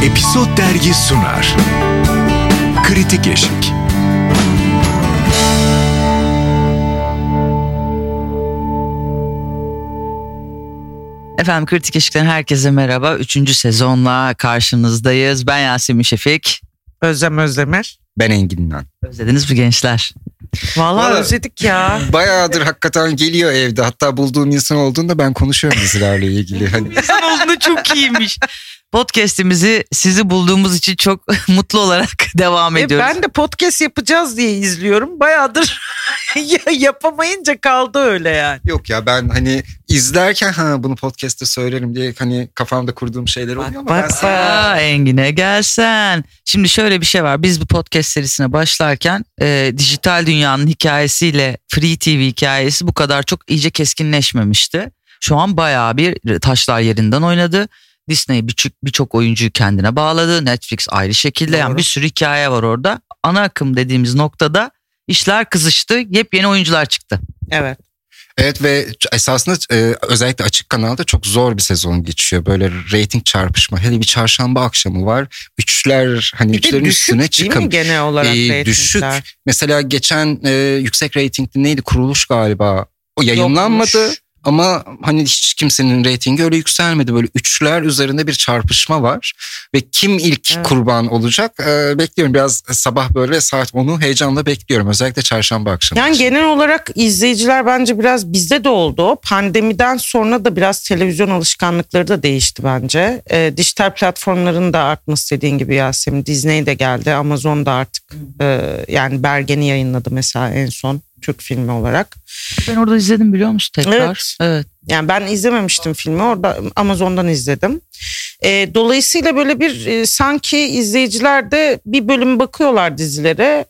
Episod Dergi sunar. Kritik Eşik. Efendim Kritik Eşik'ten herkese merhaba. 3. sezonla karşınızdayız. Ben Yasemin Şefik. Özlem Özdemir. Ben Engin'den. Özlediniz mi gençler? Vallahi özledik ya. Bayağıdır hakikaten geliyor evde. Hatta bulduğum insan olduğunda ben konuşuyorum dizilerle ilgili. Hani... İnsan olduğunda çok iyiymiş. Podcast'imizi sizi bulduğumuz için çok mutlu olarak devam ediyoruz. Ben de podcast yapacağız diye izliyorum. Bayağıdır yapamayınca kaldı öyle yani. Yok ya, ben hani izlerken bunu podcast'te söylerim diye hani kafamda kurduğum şeyler oluyor ama Engin'e gelsen. Şimdi şöyle bir şey var. Biz bu podcast serisine başlarken dijital dünyanın hikayesiyle Free TV hikayesi bu kadar çok iyice keskinleşmemişti. Şu an bayağı bir taşlar yerinden oynadı. Disney birçok oyuncuyu kendine bağladı. Netflix ayrı şekilde. Doğru. Yani bir sürü hikaye var orada. Ana akım dediğimiz noktada işler kızıştı. Yepyeni oyuncular çıktı. Evet. Evet ve esasında özellikle açık kanalda çok zor bir sezon geçiyor. Böyle reyting çarpışma. Hele bir çarşamba akşamı var. Üçler hani Bir de üçlerin düşük üstüne değil çıkın. mi genel olarak reytingler? Düşük. Mesela geçen yüksek reytingli neydi? Kuruluş galiba. O yayınlanmadı. Yokmuş. Ama hani hiç kimsenin reytingi öyle yükselmedi. Böyle üçler üzerinde bir çarpışma var. Ve kim ilk kurban olacak bekliyorum. Biraz sabah böyle saat 10'u heyecanla bekliyorum. Özellikle çarşamba akşamı. Yani genel olarak izleyiciler bence biraz bizde de oldu o. Pandemiden sonra da biraz televizyon alışkanlıkları da değişti bence. Dijital platformların da artması dediğin gibi Yasemin. Disney de geldi. Amazon da artık yani Bergen'i yayınladı mesela en son. Türk filmi olarak. Ben orada izledim biliyor musun tekrar? Evet. Yani ben izlememiştim filmi. Orada Amazon'dan izledim. Dolayısıyla böyle bir sanki izleyiciler de bir bölüm bakıyorlar dizilere.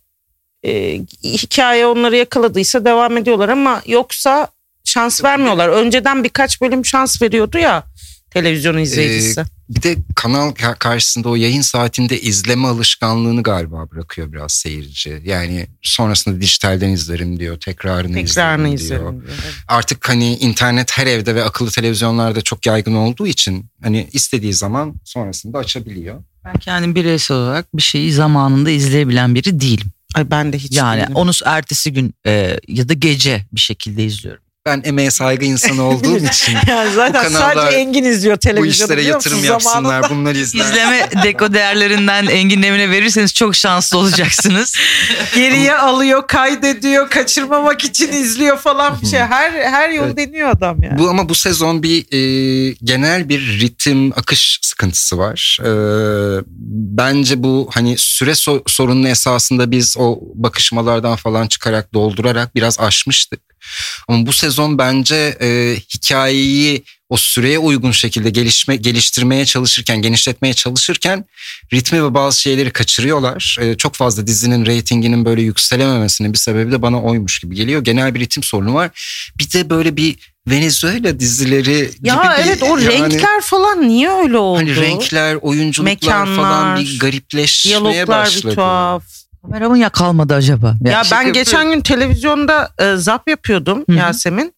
Hikaye onları yakaladıysa devam ediyorlar ama yoksa şans vermiyorlar. Önceden birkaç bölüm şans veriyordu ya televizyon izleyicisi. Bir de kanal karşısında o yayın saatinde izleme alışkanlığını galiba bırakıyor biraz seyirci. Yani sonrasında dijitalden izlerim diyor, tekrarını izlerim diyor. Artık hani internet her evde ve akıllı televizyonlarda çok yaygın olduğu için hani istediği zaman sonrasında açabiliyor. Ben kendim bireysel olarak bir şeyi zamanında izleyebilen biri değilim. Ay ben de hiç yani değilim. onu ertesi gün ya da gece bir şekilde izliyorum. Ben emeğe saygı insanı olduğum için yani zaten sadece Engin izliyor televizyonu. Bu işlere yatırım yapsınlar, bunları izler. İzleme deko değerlerinden Engin evine verirseniz çok şanslı olacaksınız. Geriye alıyor, kaydediyor, kaçırmamak için izliyor falan bir şey. Her yol deniyor adam yani. Ama bu sezon bir genel bir ritim, akış sıkıntısı var. Bence bu hani süre sorununu esasında biz o bakışmalardan falan çıkarak, doldurarak biraz aşmıştık. Ama bu sezon bence hikayeyi o süreye uygun şekilde geliştirmeye çalışırken, genişletmeye çalışırken ritmi ve bazı şeyleri kaçırıyorlar. Çok fazla dizinin reytinginin böyle yükselememesinin bir sebebi de bana oymuş gibi geliyor. Genel bir ritim sorunu var. Bir de böyle bir Venezuela dizileri ya gibi evet o renkler falan niye öyle oldu? Hani renkler, oyunculuklar mekanlar, falan bir garipleşmeye başladı. Diyaloglar bir tuhaf. Kameramın ya kalmadı acaba? Ya ben geçen gün televizyonda zap yapıyordum Yasemin.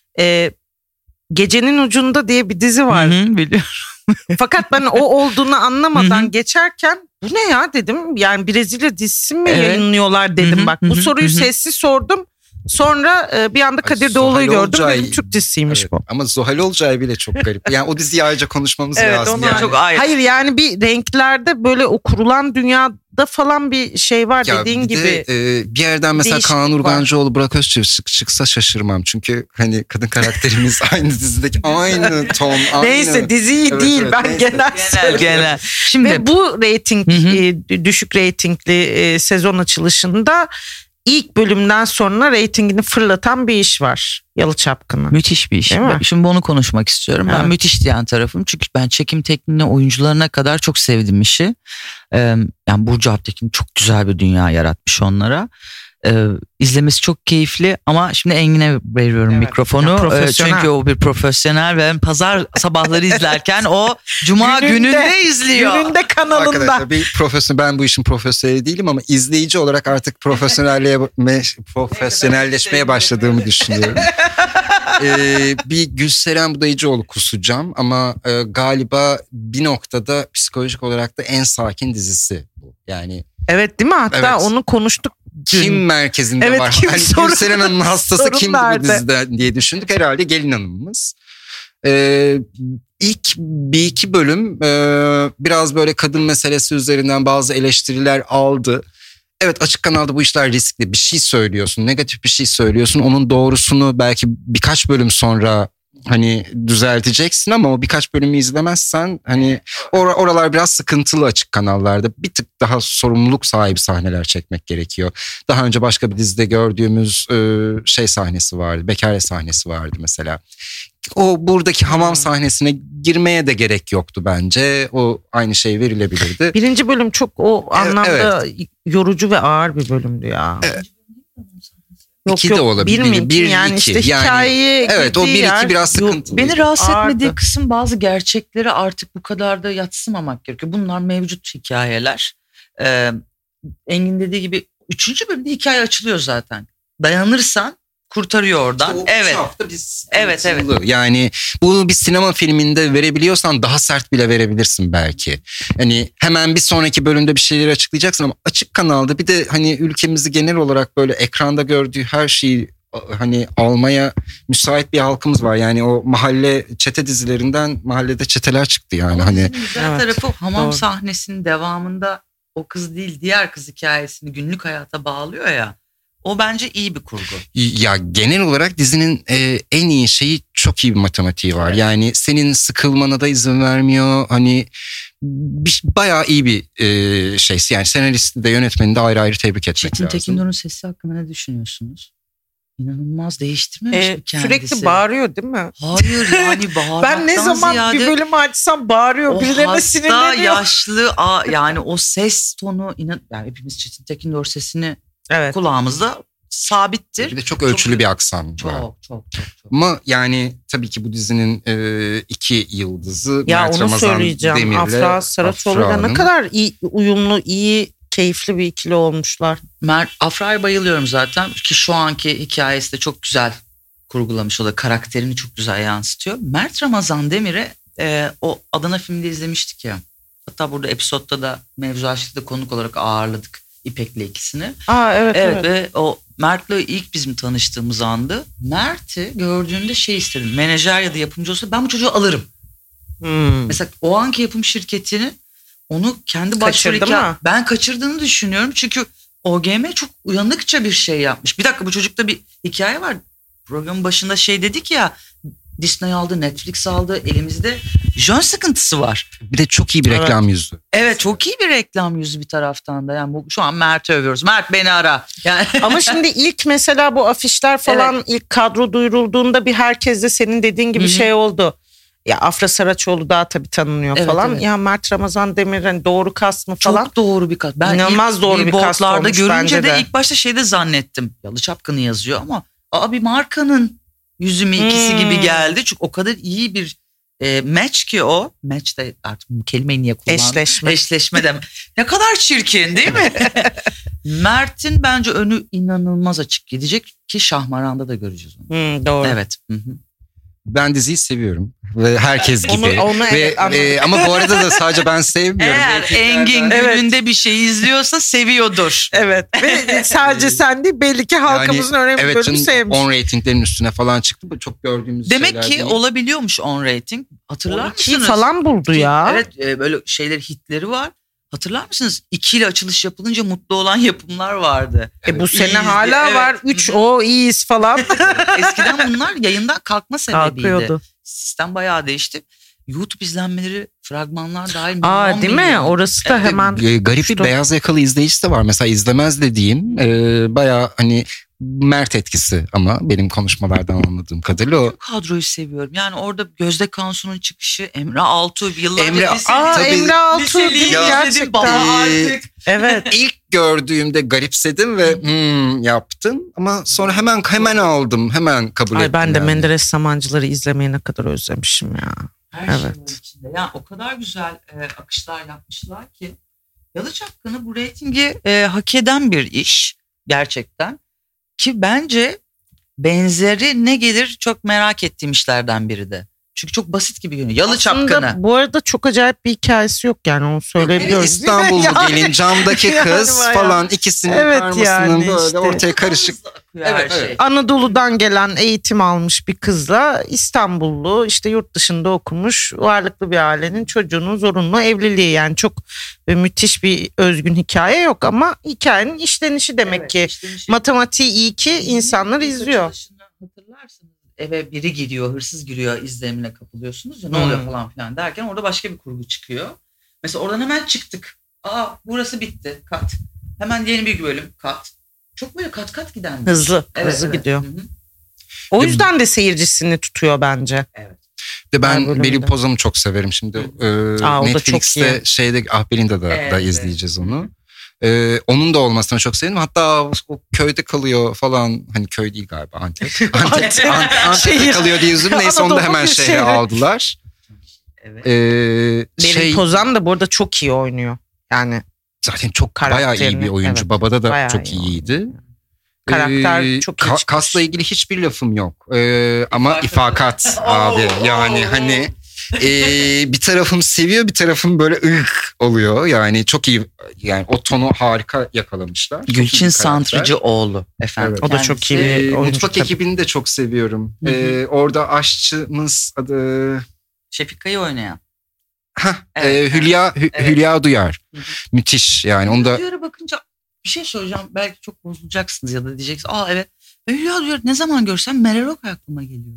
Gecenin Ucunda diye bir dizi var. Biliyorum. Fakat ben o olduğunu anlamadan geçerken bu ne ya dedim. Yani Brezilya dizisi mi yayınlıyorlar dedim. Bak bu soruyu sessiz sordum. Sonra bir anda Kadir Doğulu'yu gördüm. Dedim Türk dizisiymiş bu. Ama Zuhal Olcay bile çok garip. Yani o diziyi ayrıca konuşmamız lazım. Yani. Çok ayrı. Hayır yani bir renklerde böyle o kurulan dünyada falan bir şey var ya dediğin gibi. De, bir yerden mesela Kaan Urgancıoğlu, Burak Özçivit çıksa şaşırmam. Çünkü hani kadın karakterimiz aynı dizideki aynı ton. Neyse diziyi değil ben genel. Şimdi ve bu reyting düşük reytingli sezon açılışında İlk bölümden sonra reytingini fırlatan bir iş var. Yalı Çapkını. Müthiş bir iş. Şimdi bunu konuşmak istiyorum. Evet. Ben müthiş diyen tarafım. Çünkü ben çekim tekniğine, oyuncularına kadar çok sevdim işi. Yani Burcu Alptekin çok güzel bir dünya yaratmış onlara. İzlemesi çok keyifli ama şimdi Engin'e veriyorum mikrofonu. Çünkü o bir profesyonel ve pazar sabahları izlerken o cuma gününde izliyor. Gününde kanalında. Arkadaşlar ben bu işin profesyoneli değilim ama izleyici olarak artık profesyonelleşmeye başladığımı düşünüyorum. Bir Gülseren Budayıcıoğlu kusacağım ama galiba bir noktada psikolojik olarak da en sakin dizisi bu. Yani evet değil mi? Hatta onu konuştuk. Kim merkezinde var? Hani Gülseren Hanım'ın hastası kimdi bu dizide diye düşündük. Herhalde Gelin Hanım'ımız. İlk bir iki bölüm biraz böyle kadın meselesi üzerinden bazı eleştiriler aldı. Evet, açık kanalda bu işler riskli. Bir şey söylüyorsun, negatif bir şey söylüyorsun. Onun doğrusunu belki birkaç bölüm sonra hani düzelteceksin ama o birkaç bölümü izlemezsen hani oralar biraz sıkıntılı açık kanallarda. Bir tık daha sorumluluk sahibi sahneler çekmek gerekiyor. Daha önce başka bir dizide gördüğümüz sahnesi vardı. Bekare sahnesi vardı mesela. O buradaki hamam sahnesine girmeye de gerek yoktu bence. O aynı şey verilebilirdi. Birinci bölüm çok o anlamda yorucu ve ağır bir bölümdü ya. İki de olabilir. Bir, yani iki. işte hikayeyi evet, o bir iki biraz sıkıntılı. Beni rahatsız etmediği kısım bazı gerçekleri artık bu kadar da yadsımamak gerekiyor. Bunlar mevcut hikayeler. Engin dediği gibi 3. bölümde hikaye açılıyor zaten. Dayanırsan kurtarıyor oradan. İşte evet. Evet. Yani bunu bir sinema filminde verebiliyorsan daha sert bile verebilirsin belki. Hani hemen bir sonraki bölümde bir şeyleri açıklayacaksın ama açık kanalda bir de hani ülkemizi genel olarak böyle ekranda gördüğü her şeyi hani almaya müsait bir halkımız var. Yani o mahalle çete dizilerinden mahallede çeteler çıktı yani. Ama hani güzel tarafı hamam sahnesinin devamında o kız değil diğer kız hikayesini günlük hayata bağlıyor ya. O bence iyi bir kurgu. Ya genel olarak dizinin en iyi şeyi çok iyi bir matematiği var. Evet. Yani senin sıkılmana da izin vermiyor. Hani bayağı iyi bir şey. Yani senaristi de yönetmeni de ayrı ayrı tebrik etmek lazım. Çetin Tekindor'un sesi hakkında ne düşünüyorsunuz? İnanılmaz değiştirmemiş mi kendisi? Sürekli bağırıyor değil mi? Hayır yani bağırmaktan ben ne zaman ziyade, bir bölüm açsam bağırıyor. Birilerine sinirleniyor. O hasta yaşlı yani o ses tonu yani hepimiz Çetin Tekindor sesini kulağımızda sabittir. Bir de çok ölçülü bir aksan var. Çok. Ama yani tabii ki bu dizinin 2 yıldızı ya Mert onu Ramazan söyleyeceğim. Demir'le Afra Saraçoğlu'yla ne kadar iyi, uyumlu, iyi, keyifli bir ikili olmuşlar. Afra'ya bayılıyorum zaten ki şu anki hikayesi de çok güzel kurgulamış. O da karakterini çok güzel yansıtıyor. Mert Ramazan Demir'e o Adana filminde izlemiştik ya. Hatta burada episodda da Mevzu Aşk'ta konuk olarak ağırladık İpek'le ikisini. Evet. Ve o Mert'le ilk bizim tanıştığımız andı. Mert'i gördüğümde istedim. Menajer ya da yapımcı olsa ben bu çocuğu alırım. Mesela o anki yapım şirketini onu kendi başvuruyken ben kaçırdığını düşünüyorum. Çünkü OGM çok uyanıkça bir şey yapmış. Bir dakika, bu çocukta bir hikaye var. Programın başında dedik ya, Disney aldı, Netflix aldı, elimizde jön sıkıntısı var. Bir de çok iyi bir reklam yüzü. Evet, çok iyi bir reklam yüzü bir taraftan da. Yani şu an Mert'i övüyoruz. Mert beni ara. Yani. Ama şimdi ilk mesela bu afişler falan ilk kadro duyurulduğunda bir herkes de senin dediğin gibi şey oldu. Ya Afra Saraçoğlu daha tabii tanınıyor falan. Evet. Ya Mert Ramazan Demir'in doğru kast mı falan. Çok doğru bir kast. Ben İnanılmaz doğru bir kast olmuş görünce de. İlk başta zannettim. Yalı Çapkını yazıyor ama bir markanın yüzü mü ikisi gibi geldi. Çünkü o kadar iyi bir match ki o. Match de artık bu kelimeyi niye kullandım? Eşleşme de. Ne kadar çirkin değil mi? Mert'in bence önü inanılmaz açık gidecek ki Şahmaran'da da göreceğiz onu. Doğru. Evet. Ben diziyi seviyorum ve herkes gibi. Onu ama bu arada da sadece ben sevmiyorum. Eğer Engin gününde bir şey izliyorsa seviyordur. Evet. Ve sadece sen değil, belli ki halkımızın önemli bir bölümü sevmiş. 10 ratinglerin üstüne falan çıktı. Bu çok gördüğümüz demek şeyler ki değil. Olabiliyormuş 10 rating. Hatırlar mısınız? Falan buldu ya. Evet, böyle hitleri var. Hatırlar mısınız? 2 ile açılış yapılınca mutlu olan yapımlar vardı. Bu sene hala var. 3 iyiyiz falan. Eskiden bunlar yayından kalkma sebebiydi. Kalkıyordu. Sistem bayağı değişti. YouTube izlenmeleri, fragmanlar dahil. Değil mi? Orası da hemen. Garip bir beyaz yakalı izleyicisi de var. Mesela izlemez dediğim bayağı hani Mert etkisi ama benim konuşmalardan anladığım kadarıyla o. Kadroyu seviyorum. Yani orada Gözde Kansu'nun çıkışı, Emre Altuğ yıllarca Emre Altuğ gerçekten. Artık. Evet. İlk gördüğümde garipsedim ve yaptım. Ama sonra hemen aldım. Hemen kabul ettim. Ay ben de yani. Menderes Samancıları izlemeye ne kadar özlemişim ya. Her şey Evet. var içinde. Yani o kadar güzel akışlar yapmışlar ki. Yalı Çapkını bu reytingi hak eden bir iş gerçekten. Ki bence benzeri ne gelir çok merak ettiğim işlerden biri de. Çünkü çok basit gibi görünüyor. Yalı Aslında Çapkını. bu arada çok acayip bir hikayesi yok yani onu söyleyebiliyoruz. İstanbullu Yani- gelin, camdaki kız Yani bayağı. falan ikisinin Evet karmasının yani böyle işte. ortaya karışık. Her Evet, şey. evet. Anadolu'dan gelen eğitim almış bir kızla İstanbullu işte yurt dışında okumuş varlıklı bir ailenin çocuğunun zorunlu evliliği yani çok müthiş bir özgün hikaye yok ama hikayenin işlenişi demek Evet, ki işte bir şey- matematiği iyi ki insanlar Bizim izliyor. açılışını hatırlarsınız. Eve biri giriyor, hırsız giriyor izlenimine kapılıyorsunuz ya ne Hmm. oluyor falan filan derken orada başka bir kurgu çıkıyor. Mesela oradan hemen çıktık. Burası bitti, kat. Hemen yeni bir bölüm, kat. Çok böyle kat giden bir Hızlı, şey. hızlı gidiyor. Hı hı. O yüzden de seyircisini tutuyor bence. Evet. De ben Her bölümde. Beli Pozam'ı çok severim şimdi. O da Netflix'te çok şeyde Belinda da Evet. izleyeceğiz onu. Onun da olmasına çok sevindim. Hatta o köyde kalıyor falan. Hani köy değil galiba Antep. Antep'te Şehir. kalıyor diye üzüldüm. Neyse onu da Anadolu hemen bir şehre şehri. aldılar. Evet. Beril Pozan da burada çok iyi oynuyor. Yani Zaten çok bayağı iyi bir Karakterini, oyuncu. evet. Babada da Bayağı çok iyi iyiydi. Karakter çok iyi çıkmış. Kasla ilgili hiçbir lafım yok. Ama İfakat. ifakat abi. Yani hani bir tarafım seviyor, bir tarafım böyle oluyor. Yani çok iyi. Yani o tonu harika yakalamışlar. Çok iyi bir Gülçin karakter. Santrıcıoğlu efendim. Evet. O da çok iyi bir oyuncu Mutfak tabii. ekibini de çok seviyorum. Hı hı. Orada aşçımız adı Şefika'yı oynayan. Hah, Evet, Hülya evet. Hülya Duyar. Hı hı. Müthiş yani. Onu da Duyar'a bakınca bir şey söyleyeceğim. Belki çok bozulacaksınız ya da diyeceksiniz. Evet. Hülya Duyar ne zaman görsem Meral Okay aklıma geliyor.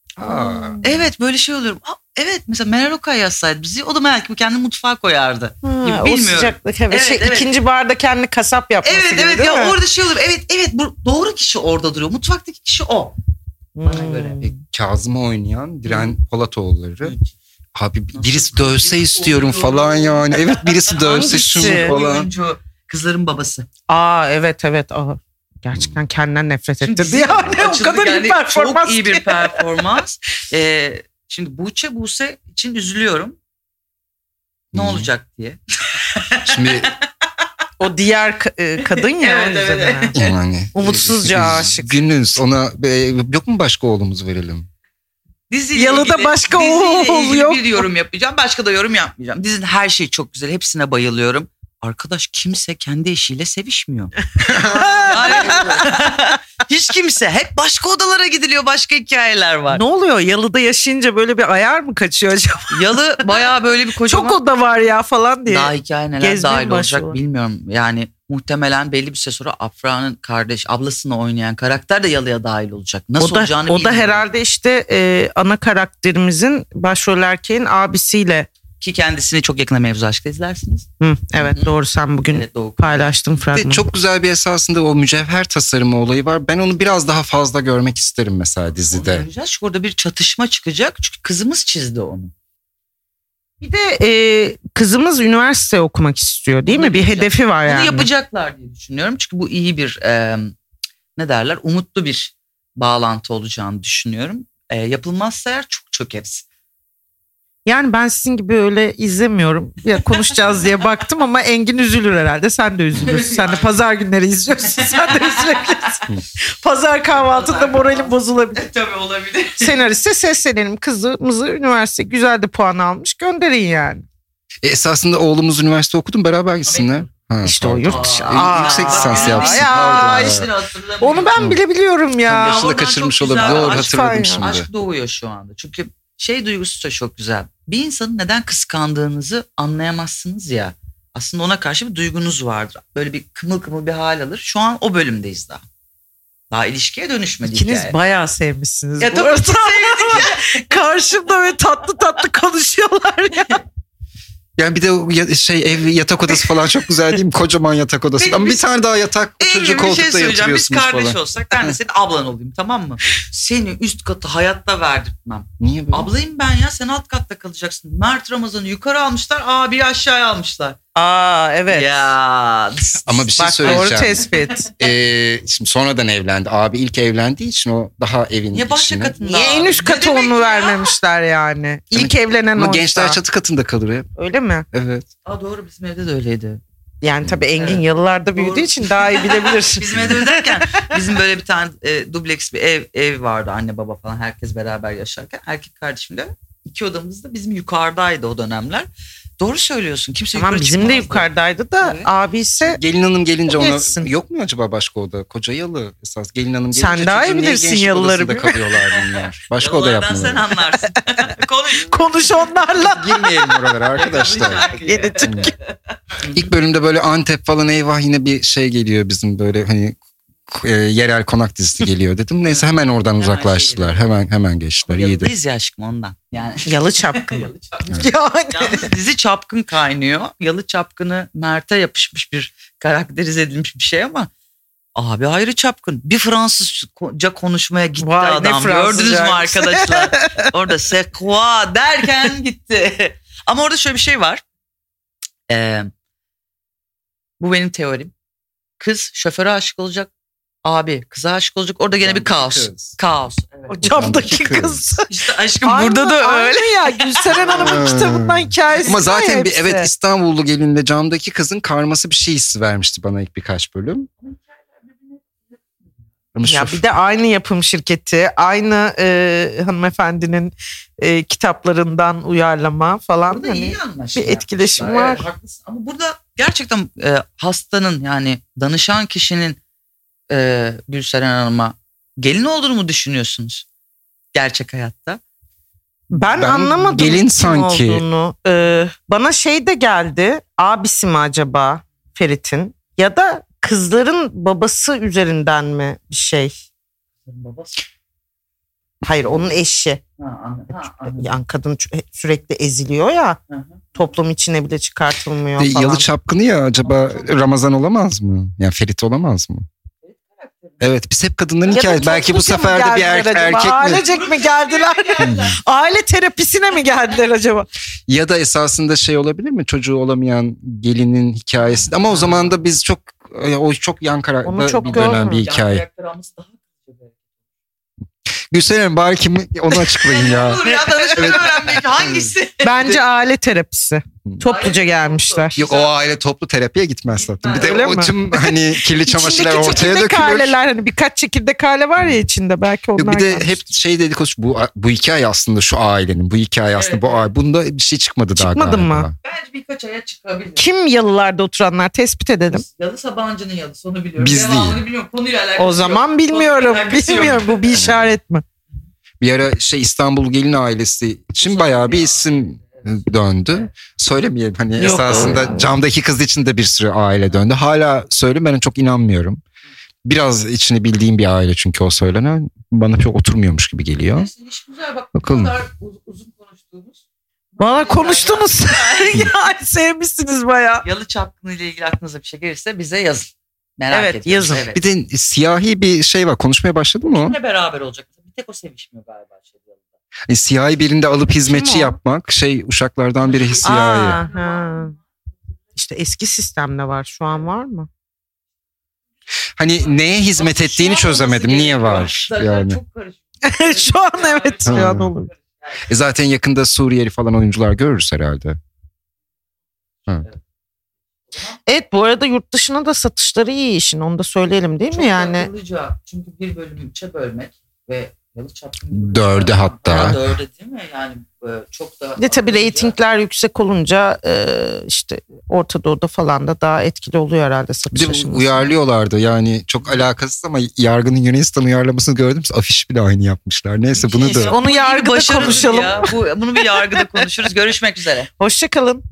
Evet böyle şey oluyorum. Evet mesela Meral Okay yazsaydı bizi o da belki kendini mutfağa koyardı. Ha, o Bilmiyorum. sıcaklık evet. Evet. İkinci barda kendi kasap yapması Evet gibi evet değil ya mi? orada şey olur. Evet bu doğru kişi orada duruyor. Mutfaktaki kişi o. Bana göre. Kazım'ı oynayan Diren Polatoğulları. Abi Nasıl birisi dövse istiyorum oluyor? falan yani. Evet birisi dövse şunu Hangisi? falan. Oyuncu kızların babası. Evet. Gerçekten kendinden nefret Şimdi ettirdi dizi yani. O açıldı kadar iyi performans çok iyi bir ki. performans. Şimdi Buse için üzülüyorum. Ne Niye? olacak diye. Şimdi O diğer kadın ya o Evet, yüzden. evet. ha. yani. Umutsuzca aşık. Günüz ona yok mu başka oğlumuz verelim? Diziyle Yalıda ilgili- başka diziyle ilgili oluyor. bir yorum yapacağım. Başka da yorum yapmayacağım. Dizinin her şeyi çok güzel. Hepsine bayılıyorum. Arkadaş kimse kendi eşiyle sevişmiyor. Yani, hiç kimse. Hep başka odalara gidiliyor. Başka hikayeler var. Ne oluyor? Yalıda yaşayınca böyle bir ayar mı kaçıyor acaba? Yalı bayağı böyle bir kocaman. Çok oda var ya falan diye. Daha hikaye neler Gezmeye dahil olacak başlıyorlar. bilmiyorum. Yani muhtemelen belli bir süre sonra Afra'nın ablasını oynayan karakter de Yalı'ya dahil olacak. Nasıl olacağını o da bilmiyorum. herhalde işte ana karakterimizin başrol erkeğin abisiyle. Ki kendisini çok yakında Mevzu Aşk'ta izlersiniz. Evet Hı. doğru sen bugün Evet, doğru. paylaştın Bir de fragmanı. çok güzel bir esasında o mücevher tasarımı olayı var. Ben onu biraz daha fazla görmek isterim mesela Onu dizide. göreceğiz. Çünkü orada bir çatışma çıkacak. Çünkü kızımız çizdi onu. Bir de kızımız üniversite okumak istiyor değil Onu mi? Bir yapacak. hedefi var yani. Bunu yapacaklar diye düşünüyorum. Çünkü bu iyi bir ne derler umutlu bir bağlantı olacağını düşünüyorum. Yapılmazsa eğer çok çökeriz. Yani ben sizin gibi öyle izlemiyorum. Ya konuşacağız diye baktım ama Engin üzülür herhalde. Sen de üzülürsün. Sen de pazar günleri izliyorsun. Sen de üzülebilirsin. Pazar kahvaltında moralin bozulabilir. Tabii olabilir. Senariste seslenelim. Kızımızı üniversite güzel de puan almış. Gönderin yani. Esasında oğlumuz üniversite okudum beraber gitsinler. Ha, İşte o pardon. yurt dışı. Yüksek lisans yapsın. Ya, Pardon. işte Evet. onu ben bile biliyorum ya. Yaşını da oradan kaçırmış çok olabilir. güzel Doğru aşk hatırladım var ya. şimdi. Aşk doğuyor şu anda. Çünkü duygusu da çok güzel. Bir insanın neden kıskandığınızı anlayamazsınız ya. Aslında ona karşı bir duygunuz vardır. Böyle bir kımıl kımıl bir hal alır. Şu an o bölümdeyiz daha. Daha ilişkiye dönüşmedi İkiniz hikaye. bayağı sevmişsiniz. Ya bu tabii arada. ki sevdik Karşımda ve tatlı tatlı konuşuyorlar ya. Yani bir de o ev yatak odası falan çok güzel değil mi? Kocaman yatak odası. Benim Ama bir- bir tane daha yatak En iyi çocuk bir şey koltukta söyleyeceğim. Biz yatırıyorsunuz kardeş falan. olsak ben de senin ablan olayım tamam mı? Seni üst katı hayatta verdirtmem. Niye böyle? Ablayım ben ya sen alt katta kalacaksın. Mert Ramazan'ı yukarı almışlar abi aşağıya almışlar. Evet. Ya. Ama bir şey Bak doğru söyleyeceğim. tespit. Şimdi sonradan evlendi. Abi ilk evlendiği için o daha evin Niye başka içine. katında? Niye en üst Ne katı demek onu ya? vermemişler yani? İlk evlenen Ama oysa. gençler çatı katında kalır hep. Öyle mi? Evet. Aa, doğru, bizim evde de öyleydi. Yani tabii Engin Evet. yalılarda büyüdüğü Doğru. için daha iyi bilebilir. Bizim evde derken bizim böyle bir tane dubleks bir ev vardı, anne baba falan herkes beraber yaşarken. Erkek kardeşim de 2 odamız da bizim yukarıdaydı o dönemler. Doğru söylüyorsun, kimse Tamam, yukarı bizim de çıkmazdı. yukarıdaydı da Evet. abi ise Gelin hanım gelince ona Geçsin. yok mu acaba başka oda? Koca yalı esas. Gelin hanım gelince Sen daha iyi çocuğun niye bilirsin gençlik yalıları, odasında değil mi? kalıyorlar bunlar. Başka oda Yalılardan sen yapmalı. anlarsın. Konuş. konuş onlarla. Girmeyelim oralara arkadaşlar. Yeni Türk. İlk bölümde böyle Antep falan, eyvah yine bir şey geliyor bizim böyle hani yerel konak dizisi geliyor dedim. Neyse hemen oradan Hemen uzaklaştılar. Hemen geçtiler. İyiydi. Yalıdayız ya aşkım ondan. Yani. Yalı çapkın. Yalı çapkın. Yani. Yalnız dizi çapkın kaynıyor. Yalı çapkını Mert'e yapışmış bir karakterize edilmiş bir şey ama abi ayrı çapkın. Bir Fransızca konuşmaya gitti Vay, ne adam. Fransızca. Gördünüz mü arkadaşlar? Orada c'est quoi derken gitti. Ama orada şöyle bir şey var. Bu benim teorim. Kız şoföre aşık olacak. Abi kıza aşık olacak. Orada gene bir kaos. Kız. Kaos. Evet. O camdaki kız. İşte aşkım burada da öyle. Aynı ya. Gülseren Hanım'ın kitabından hikayesi. Ama zaten var bir hepsi. evet İstanbullu gelinle camdaki kızın karması bir şey hissi vermişti bana ilk birkaç bölüm. Ama Ya şoför- bir de aynı yapım şirketi, aynı hanımefendinin kitaplarından uyarlama falan. Burada Hani iyi anlaşma bir etkileşim yapmışlar. var. Evet, haklısın. Ama burada gerçekten hastanın yani danışan kişinin Gülseren Hanım'a gelin olduğunu mu düşünüyorsunuz? Gerçek hayatta. Ben Ben anlamadım gelin kim sanki. olduğunu. Bana şey de geldi. Abisi mi acaba Ferit'in? Ya da kızların babası üzerinden mi bir şey? Babası. Hayır, onun eşi. Anladım. Yani kadın sürekli eziliyor ya. Hı hı. Toplum içine bile çıkartılmıyor falan. Yalı çapkını ya, acaba Ramazan olamaz mı? Yani Ferit olamaz mı? Evet, biz hep kadınların Ya da hikayesi. Belki bu topluca mı sefer de bir geldiler acaba? erkek mi? Ailecek mi geldiler? Aile terapisine mi geldiler acaba? Ya da esasında şey olabilir mi? Çocuğu olamayan gelinin hikayesi. Ama o zaman da biz o çok yan Onu karakter çok bir dönem bir görmedim. hikaye. Karakter alması daha Gülseren bari kim onu açıklayın ya. Olur ya, danışmanı öğrenmek hangisi? Bence aile terapisi. Topluca gelmişler. Yok, o aile toplu terapiye gitmez zaten. Bir de Öyle o mi? tüm hani kirli çamaşırlar İçindeki ortaya çekirdek dökülür. aileler, hani birkaç çekirdek aile var ya içinde, belki onlar Yok, bir de gelmiş. hep şey dedik, bu hikaye aslında şu ailenin, bu hikaye aslında Evet, bu evet. aile. Bunda bir şey çıkmadı daha Çıkmadı galiba. mı? Bence birkaç aya çıkabilir. Kim yalılarda oturanlar, tespit edelim. Yalı Sabancı'nın yalısı, onu biliyorum. Biz Devamını değil. bilmiyorum. Konuyla alakası O zaman yok. bilmiyorum. Konuyla alakası yok. Bilmiyorum, bu bir işaret mi? Bir ara İstanbul Gelin ailesi için bayağı bir isim döndü. Söylemeyelim hani Yok. esasında camdaki kız için de bir sürü aile döndü. Hala söylüyorum, ben çok inanmıyorum. Biraz içini bildiğim bir aile çünkü o söylenen. Bana çok oturmuyormuş gibi geliyor. Neyse, iş güzel bak. Bakalım. Bu kadar uzun konuştuğumuz. Valla konuştunuz. Yani sevmişsiniz bayağı. Yalı çapkını ile ilgili aklınıza bir şey gelirse bize yazın. Merak Evet, ediyoruz. yazın. Evet. Bir de siyahi bir şey var. Konuşmaya başladı mı o? Kimle beraber olacak? Bir tek o sevişmiyor galiba. Siyahi birinde alıp hizmetçi Kim o? yapmak. Uşaklardan biri siyahi. Ha. İşte eski sistemde var. Şu an var mı? Hani neye hizmet ettiğini çözemedim. Niye var yani? Çok karışık. Şu an evet. Şu an Ha. olur. Zaten yakında Suriyeli falan oyuncular görürüz herhalde. Evet, bu arada yurt dışına da satışları iyi işin. Onu da söyleyelim değil mi Çok yani? akıllıca. Çünkü bir bölümü 3'e bölmek ve yalı çapkını... 4'e hatta. 4'e değil mi? Yani çok da... Bir de tabii reytingler yüksek olunca işte Orta Doğu'da falan da daha etkili oluyor herhalde satış Bir de aşaması. uyarlıyorlardı yani çok alakasız ama yargının Yunanistan uyarlamasını gördüm. Afiş bile aynı yapmışlar. Neyse bunu da. Onu yargıda Başarılı konuşalım. ya. Bunu bir yargıda konuşuruz. Görüşmek üzere. Hoşça kalın.